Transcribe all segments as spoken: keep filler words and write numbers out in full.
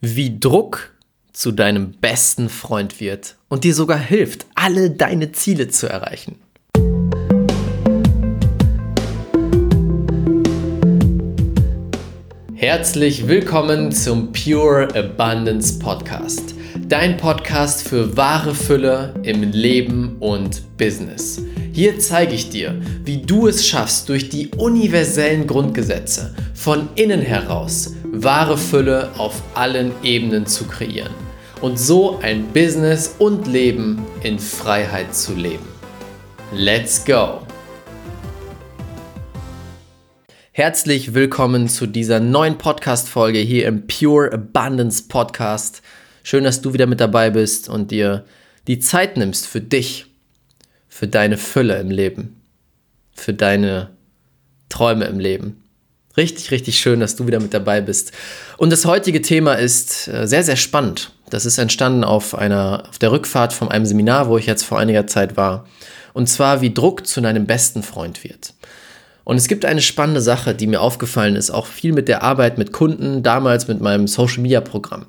Wie Druck zu deinem besten Freund wird und dir sogar hilft, alle deine Ziele zu erreichen. Herzlich willkommen zum Pure Abundance Podcast. Dein Podcast für wahre Fülle im Leben und Business. Hier zeige ich dir, wie du es schaffst, durch die universellen Grundgesetze von innen heraus wahre Fülle auf allen Ebenen zu kreieren und so ein Business und Leben in Freiheit zu leben. Let's go! Herzlich willkommen zu dieser neuen Podcast-Folge hier im Pure Abundance Podcast. Schön, dass du wieder mit dabei bist und dir die Zeit nimmst für dich, für deine Fülle im Leben, für deine Träume im Leben. Richtig, richtig schön, dass du wieder mit dabei bist. Und das heutige Thema ist sehr, sehr spannend. Das ist entstanden auf einer, auf der Rückfahrt von einem Seminar, wo ich jetzt vor einiger Zeit war. Und zwar, wie Druck zu deinem besten Freund wird. Und es gibt eine spannende Sache, die mir aufgefallen ist, auch viel mit der Arbeit mit Kunden, damals mit meinem Social-Media-Programm.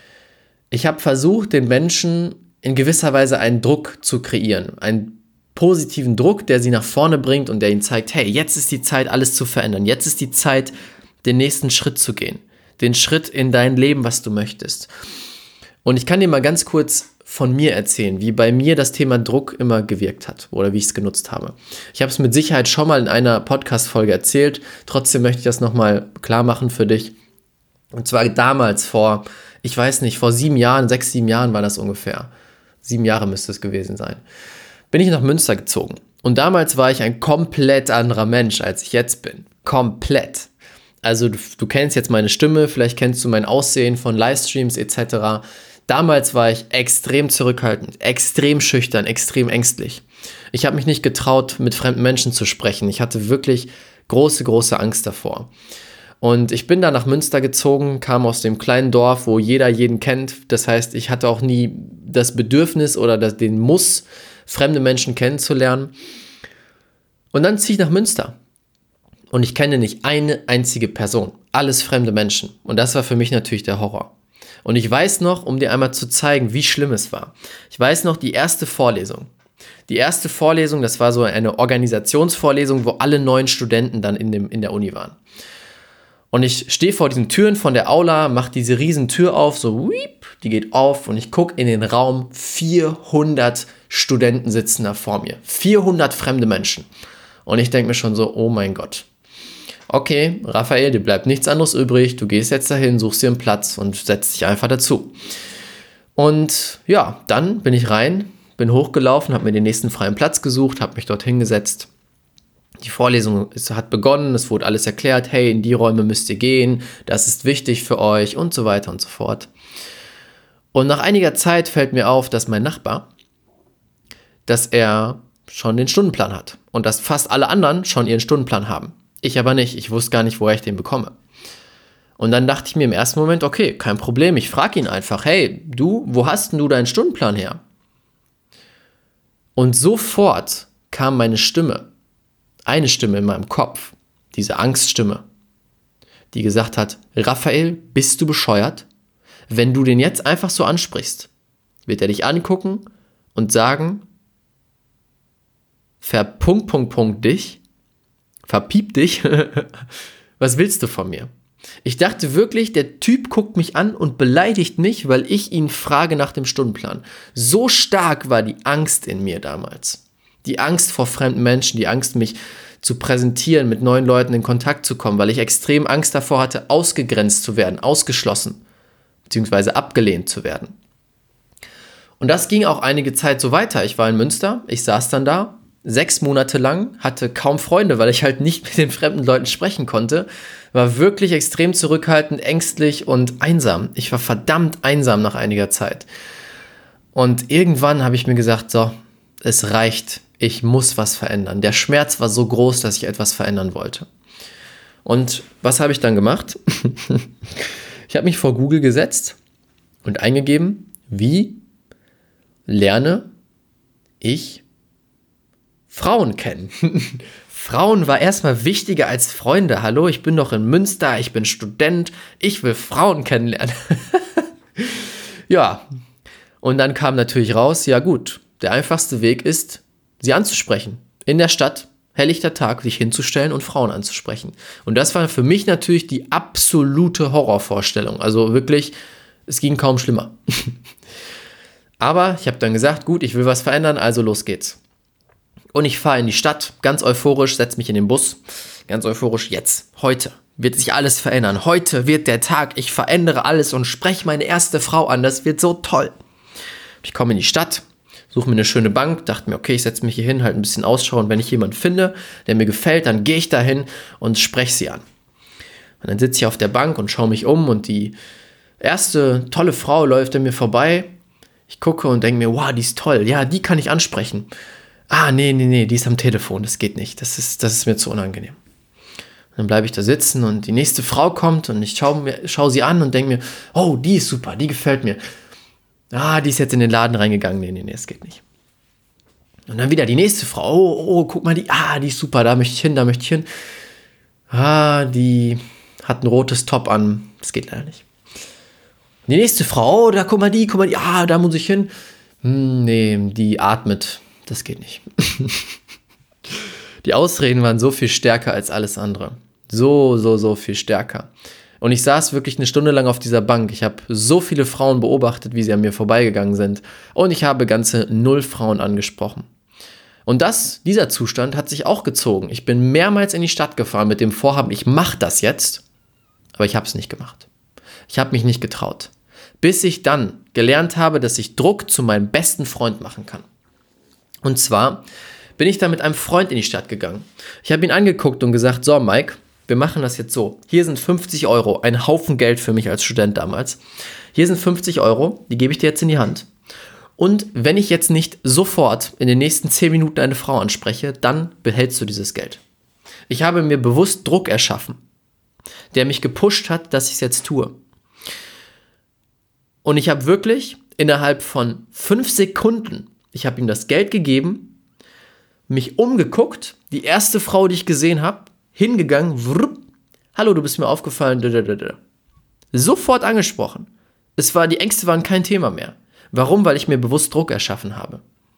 Ich habe versucht, den Menschen in gewisser Weise einen Druck zu kreieren, einen positiven Druck, der sie nach vorne bringt und der ihnen zeigt, hey, jetzt ist die Zeit, alles zu verändern. Jetzt ist die Zeit, den nächsten Schritt zu gehen. Den Schritt in dein Leben, was du möchtest. Und ich kann dir mal ganz kurz von mir erzählen, wie bei mir das Thema Druck immer gewirkt hat oder wie ich es genutzt habe. Ich habe es mit Sicherheit schon mal in einer Podcast-Folge erzählt. Trotzdem möchte ich das nochmal klar machen für dich. Und zwar damals vor, ich weiß nicht, vor sieben Jahren, sechs, sieben Jahren war das ungefähr. Sieben Jahre müsste es gewesen sein. Bin ich nach Münster gezogen. Und damals war ich ein komplett anderer Mensch, als ich jetzt bin. Komplett. Also du, du kennst jetzt meine Stimme, vielleicht kennst du mein Aussehen von Livestreams et cetera. Damals war ich extrem zurückhaltend, extrem schüchtern, extrem ängstlich. Ich habe mich nicht getraut, mit fremden Menschen zu sprechen. Ich hatte wirklich große, große Angst davor. Und ich bin da nach Münster gezogen, kam aus dem kleinen Dorf, wo jeder jeden kennt. Das heißt, ich hatte auch nie das Bedürfnis oder das, den Muss, fremde Menschen kennenzulernen. Und dann ziehe ich nach Münster. Und ich kenne nicht eine einzige Person. Alles fremde Menschen. Und das war für mich natürlich der Horror. Und ich weiß noch, um dir einmal zu zeigen, wie schlimm es war. Ich weiß noch, die erste Vorlesung. Die erste Vorlesung, das war so eine Organisationsvorlesung, wo alle neuen Studenten dann in, dem, in der Uni waren. Und ich stehe vor diesen Türen von der Aula, mache diese riesen Tür auf, so wiep, die geht auf und ich gucke in den Raum, vierhundert Studenten sitzen da vor mir. vierhundert fremde Menschen. Und ich denke mir schon so, oh mein Gott. Okay, Raphael, dir bleibt nichts anderes übrig, du gehst jetzt dahin, suchst dir einen Platz und setzt dich einfach dazu. Und ja, dann bin ich rein, bin hochgelaufen, habe mir den nächsten freien Platz gesucht, habe mich dort hingesetzt. Die Vorlesung ist, hat begonnen, es wurde alles erklärt, hey, in die Räume müsst ihr gehen, das ist wichtig für euch und so weiter und so fort. Und nach einiger Zeit fällt mir auf, dass mein Nachbar, dass er schon den Stundenplan hat und dass fast alle anderen schon ihren Stundenplan haben. Ich aber nicht, ich wusste gar nicht, woher ich den bekomme. Und dann dachte ich mir im ersten Moment, okay, kein Problem, ich frage ihn einfach, hey, du, wo hast denn du deinen Stundenplan her? Und sofort kam meine Stimme, eine Stimme in meinem Kopf, diese Angststimme, die gesagt hat, Raphael, bist du bescheuert? Wenn du den jetzt einfach so ansprichst, wird er dich angucken und sagen, verpunkt, Punkt, Punkt dich, verpiep dich, was willst du von mir? Ich dachte wirklich, der Typ guckt mich an und beleidigt mich, weil ich ihn frage nach dem Stundenplan. So stark war die Angst in mir damals. Die Angst vor fremden Menschen, die Angst, mich zu präsentieren, mit neuen Leuten in Kontakt zu kommen, weil ich extrem Angst davor hatte, ausgegrenzt zu werden, ausgeschlossen, beziehungsweise abgelehnt zu werden. Und das ging auch einige Zeit so weiter. Ich war in Münster, ich saß dann da, sechs Monate lang, hatte kaum Freunde, weil ich halt nicht mit den fremden Leuten sprechen konnte, war wirklich extrem zurückhaltend, ängstlich und einsam. Ich war verdammt einsam nach einiger Zeit. Und irgendwann habe ich mir gesagt, so, es reicht, ich muss was verändern. Der Schmerz war so groß, dass ich etwas verändern wollte. Und was habe ich dann gemacht? Ich habe mich vor Google gesetzt und eingegeben, wie lerne ich Frauen kennen. Frauen war erstmal wichtiger als Freunde. Hallo, ich bin doch in Münster, ich bin Student, ich will Frauen kennenlernen. Ja, und dann kam natürlich raus, ja gut, der einfachste Weg ist, sie anzusprechen. In der Stadt, helllichter Tag, sich hinzustellen und Frauen anzusprechen. Und das war für mich natürlich die absolute Horrorvorstellung. Also wirklich, es ging kaum schlimmer. Aber ich habe dann gesagt, gut, ich will was verändern, also los geht's. Und ich fahre in die Stadt, ganz euphorisch, setze mich in den Bus, ganz euphorisch, jetzt, heute wird sich alles verändern. Heute wird der Tag, ich verändere alles und spreche meine erste Frau an, das wird so toll. Ich komme in die Stadt, suche mir eine schöne Bank, dachte mir, okay, ich setze mich hier hin, halt ein bisschen Ausschau und wenn ich jemanden finde, der mir gefällt, dann gehe ich da hin und spreche sie an. Und dann sitze ich auf der Bank und schaue mich um und die erste tolle Frau läuft an mir vorbei. Ich gucke und denke mir, wow, die ist toll, ja, die kann ich ansprechen. Ah, nee, nee, nee, die ist am Telefon, das geht nicht, das ist, das ist mir zu unangenehm. Und dann bleibe ich da sitzen und die nächste Frau kommt und ich schaue mir, schaue sie an und denke mir, oh, die ist super, die gefällt mir. Ah, die ist jetzt in den Laden reingegangen, nee, nee, nee, das geht nicht. Und dann wieder die nächste Frau, oh, oh, guck mal, die, ah, die ist super, da möchte ich hin, da möchte ich hin. Ah, die hat ein rotes Top an, das geht leider nicht. Und die nächste Frau, oh, da guck mal die, guck mal die, ah, da muss ich hin. Hm, nee, die atmet. Das geht nicht. Die Ausreden waren so viel stärker als alles andere. So, so, so viel stärker. Und ich saß wirklich eine Stunde lang auf dieser Bank. Ich habe so viele Frauen beobachtet, wie sie an mir vorbeigegangen sind. Und ich habe ganze null Frauen angesprochen. Und das, dieser Zustand hat sich auch gezogen. Ich bin mehrmals in die Stadt gefahren mit dem Vorhaben, ich mache das jetzt. Aber ich habe es nicht gemacht. Ich habe mich nicht getraut. Bis ich dann gelernt habe, dass ich Druck zu meinem besten Freund machen kann. Und zwar bin ich da mit einem Freund in die Stadt gegangen. Ich habe ihn angeguckt und gesagt, so Mike, wir machen das jetzt so. Hier sind fünfzig Euro, ein Haufen Geld für mich als Student damals. Hier sind fünfzig Euro, die gebe ich dir jetzt in die Hand. Und wenn ich jetzt nicht sofort in den nächsten zehn Minuten eine Frau anspreche, dann behältst du dieses Geld. Ich habe mir bewusst Druck erschaffen, der mich gepusht hat, dass ich es jetzt tue. Und ich habe wirklich innerhalb von fünf Sekunden, ich habe ihm das Geld gegeben, mich umgeguckt, die erste Frau, die ich gesehen habe, hingegangen, wrupp, hallo, du bist mir aufgefallen, dadadada. Sofort angesprochen. Es war, die Ängste waren kein Thema mehr. Warum? Weil ich mir bewusst Druck erschaffen habe.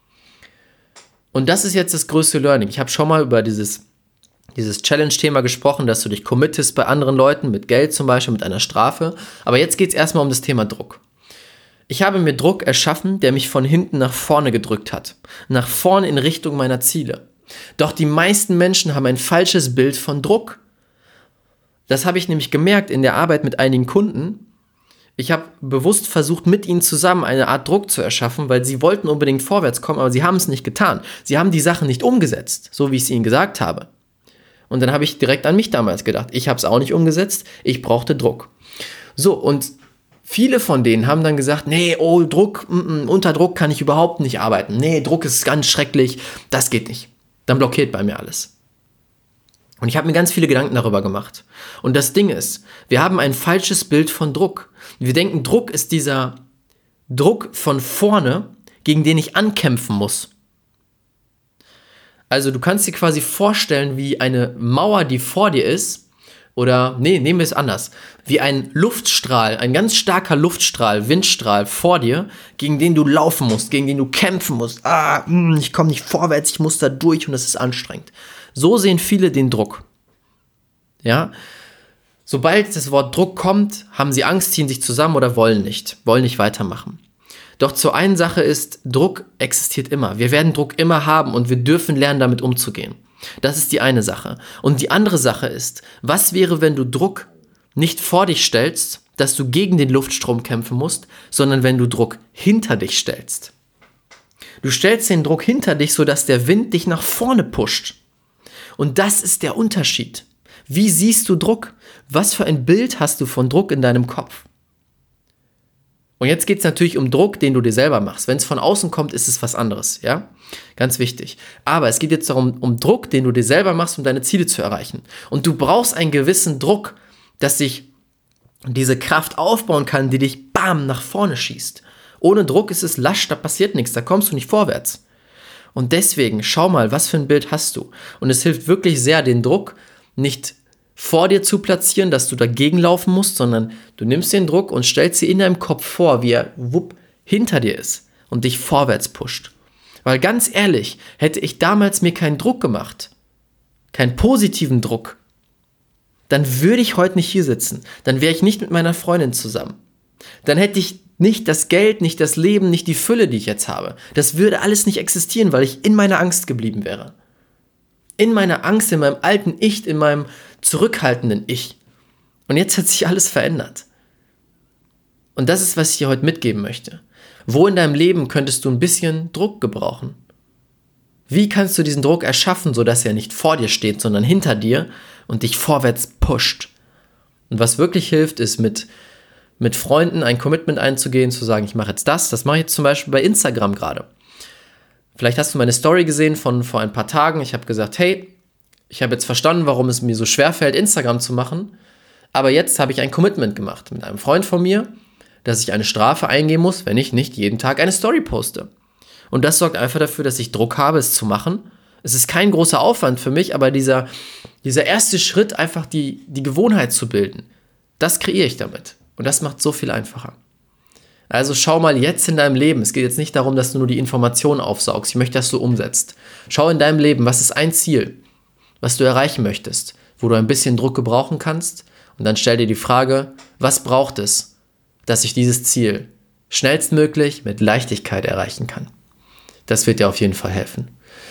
Und das ist jetzt das größte Learning. Ich habe schon mal über dieses, dieses Challenge-Thema gesprochen, dass du dich committest bei anderen Leuten, mit Geld zum Beispiel, mit einer Strafe. Aber jetzt geht es erstmal um das Thema Druck. Ich habe mir Druck erschaffen, der mich von hinten nach vorne gedrückt hat. Nach vorne in Richtung meiner Ziele. Doch die meisten Menschen haben ein falsches Bild von Druck. Das habe ich nämlich gemerkt in der Arbeit mit einigen Kunden. Ich habe bewusst versucht, mit ihnen zusammen eine Art Druck zu erschaffen, weil sie wollten unbedingt vorwärts kommen, aber sie haben es nicht getan. Sie haben die Sachen nicht umgesetzt, so wie ich es ihnen gesagt habe. Und dann habe ich direkt an mich damals gedacht. Ich habe es auch nicht umgesetzt, ich brauchte Druck. So, und viele von denen haben dann gesagt, nee, oh, Druck, m-m, unter Druck kann ich überhaupt nicht arbeiten. Nee, Druck ist ganz schrecklich, das geht nicht. Dann blockiert bei mir alles. Und ich habe mir ganz viele Gedanken darüber gemacht. Und das Ding ist, wir haben ein falsches Bild von Druck. Wir denken, Druck ist dieser Druck von vorne, gegen den ich ankämpfen muss. Also du kannst dir quasi vorstellen, wie eine Mauer, die vor dir ist, oder, nee, nehmen wir es anders, wie ein Luftstrahl, ein ganz starker Luftstrahl, Windstrahl vor dir, gegen den du laufen musst, gegen den du kämpfen musst. Ah, ich komme nicht vorwärts, ich muss da durch und das ist anstrengend. So sehen viele den Druck. Ja, sobald das Wort Druck kommt, haben sie Angst, ziehen sich zusammen oder wollen nicht, wollen nicht weitermachen. Doch zur einen Sache ist, Druck existiert immer. Wir werden Druck immer haben und wir dürfen lernen, damit umzugehen. Das ist die eine Sache. Und die andere Sache ist, was wäre, wenn du Druck nicht vor dich stellst, dass du gegen den Luftstrom kämpfen musst, sondern wenn du Druck hinter dich stellst. Du stellst den Druck hinter dich, sodass der Wind dich nach vorne pusht. Und das ist der Unterschied. Wie siehst du Druck? Was für ein Bild hast du von Druck in deinem Kopf? Und jetzt geht es natürlich um Druck, den du dir selber machst. Wenn es von außen kommt, ist es was anderes, ja? Ganz wichtig. Aber es geht jetzt darum, um Druck, den du dir selber machst, um deine Ziele zu erreichen. Und du brauchst einen gewissen Druck, dass sich diese Kraft aufbauen kann, die dich bam nach vorne schießt. Ohne Druck ist es lasch, da passiert nichts, da kommst du nicht vorwärts. Und deswegen, schau mal, was für ein Bild hast du. Und es hilft wirklich sehr, den Druck nicht vor dir zu platzieren, dass du dagegen laufen musst, sondern du nimmst den Druck und stellst dir in deinem Kopf vor, wie er wupp hinter dir ist und dich vorwärts pusht. Weil ganz ehrlich, hätte ich damals mir keinen Druck gemacht, keinen positiven Druck, dann würde ich heute nicht hier sitzen. Dann wäre ich nicht mit meiner Freundin zusammen. Dann hätte ich nicht das Geld, nicht das Leben, nicht die Fülle, die ich jetzt habe. Das würde alles nicht existieren, weil ich in meiner Angst geblieben wäre. In meiner Angst, in meinem alten Ich, in meinem zurückhaltenden Ich. Und jetzt hat sich alles verändert. Und das ist, was ich dir heute mitgeben möchte. Wo in deinem Leben könntest du ein bisschen Druck gebrauchen? Wie kannst du diesen Druck erschaffen, sodass er nicht vor dir steht, sondern hinter dir und dich vorwärts pusht? Und was wirklich hilft, ist mit, mit Freunden ein Commitment einzugehen, zu sagen, ich mache jetzt das. Das mache ich jetzt zum Beispiel bei Instagram gerade. Vielleicht hast du meine Story gesehen von vor ein paar Tagen. Ich habe gesagt, hey, ich habe jetzt verstanden, warum es mir so schwer fällt, Instagram zu machen. Aber jetzt habe ich ein Commitment gemacht mit einem Freund von mir, dass ich eine Strafe eingehen muss, wenn ich nicht jeden Tag eine Story poste. Und das sorgt einfach dafür, dass ich Druck habe, es zu machen. Es ist kein großer Aufwand für mich, aber dieser, dieser erste Schritt, einfach die, die Gewohnheit zu bilden, das kreiere ich damit. Und das macht so viel einfacher. Also schau mal jetzt in deinem Leben. Es geht jetzt nicht darum, dass du nur die Informationen aufsaugst. Ich möchte, dass du umsetzt. Schau in deinem Leben, was ist ein Ziel, was du erreichen möchtest, wo du ein bisschen Druck gebrauchen kannst. Und dann stell dir die Frage, was braucht es, dass ich dieses Ziel schnellstmöglich mit Leichtigkeit erreichen kann. Das wird dir auf jeden Fall helfen.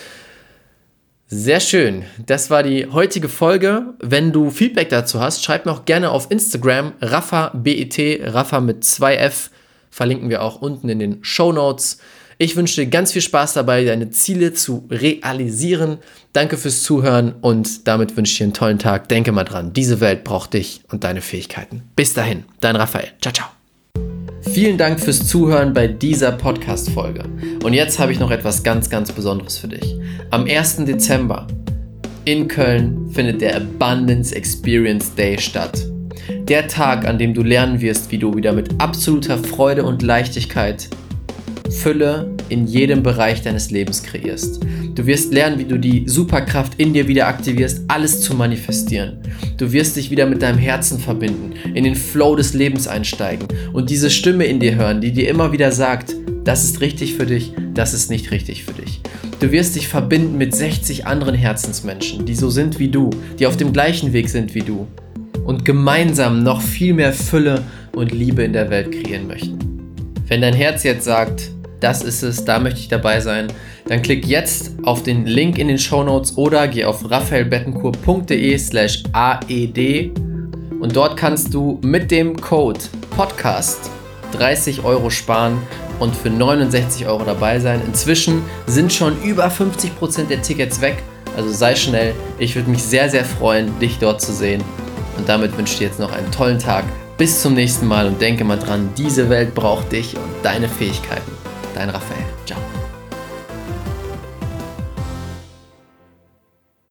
Sehr schön. Das war die heutige Folge. Wenn du Feedback dazu hast, schreib mir auch gerne auf Instagram RaffaBET, Raffa mit zwei F. Verlinken wir auch unten in den Shownotes. Ich wünsche dir ganz viel Spaß dabei, deine Ziele zu realisieren. Danke fürs Zuhören und damit wünsche ich dir einen tollen Tag. Denke mal dran, diese Welt braucht dich und deine Fähigkeiten. Bis dahin, dein Raphael. Ciao, ciao. Vielen Dank fürs Zuhören bei dieser Podcast-Folge. Und jetzt habe ich noch etwas ganz, ganz Besonderes für dich. Am ersten Dezember in Köln findet der Abundance Experience Day statt. Der Tag, an dem du lernen wirst, wie du wieder mit absoluter Freude und Leichtigkeit Fülle in jedem Bereich deines Lebens kreierst. Du wirst lernen, wie du die Superkraft in dir wieder aktivierst, alles zu manifestieren. Du wirst dich wieder mit deinem Herzen verbinden, in den Flow des Lebens einsteigen und diese Stimme in dir hören, die dir immer wieder sagt, das ist richtig für dich, das ist nicht richtig für dich. Du wirst dich verbinden mit sechzig anderen Herzensmenschen, die so sind wie du, die auf dem gleichen Weg sind wie du und gemeinsam noch viel mehr Fülle und Liebe in der Welt kreieren möchten. Wenn dein Herz jetzt sagt, das ist es, da möchte ich dabei sein, dann klick jetzt auf den Link in den Shownotes oder geh auf raphaelbettencourt.de slash aed und dort kannst du mit dem Code Podcast dreißig Euro sparen und für neunundsechzig Euro dabei sein. Inzwischen sind schon über fünfzig Prozent der Tickets weg, also sei schnell. Ich würde mich sehr, sehr freuen, dich dort zu sehen. Und damit wünsche ich dir jetzt noch einen tollen Tag. Bis zum nächsten Mal und denke mal dran, diese Welt braucht dich und deine Fähigkeiten. Dein Raphael. Ciao.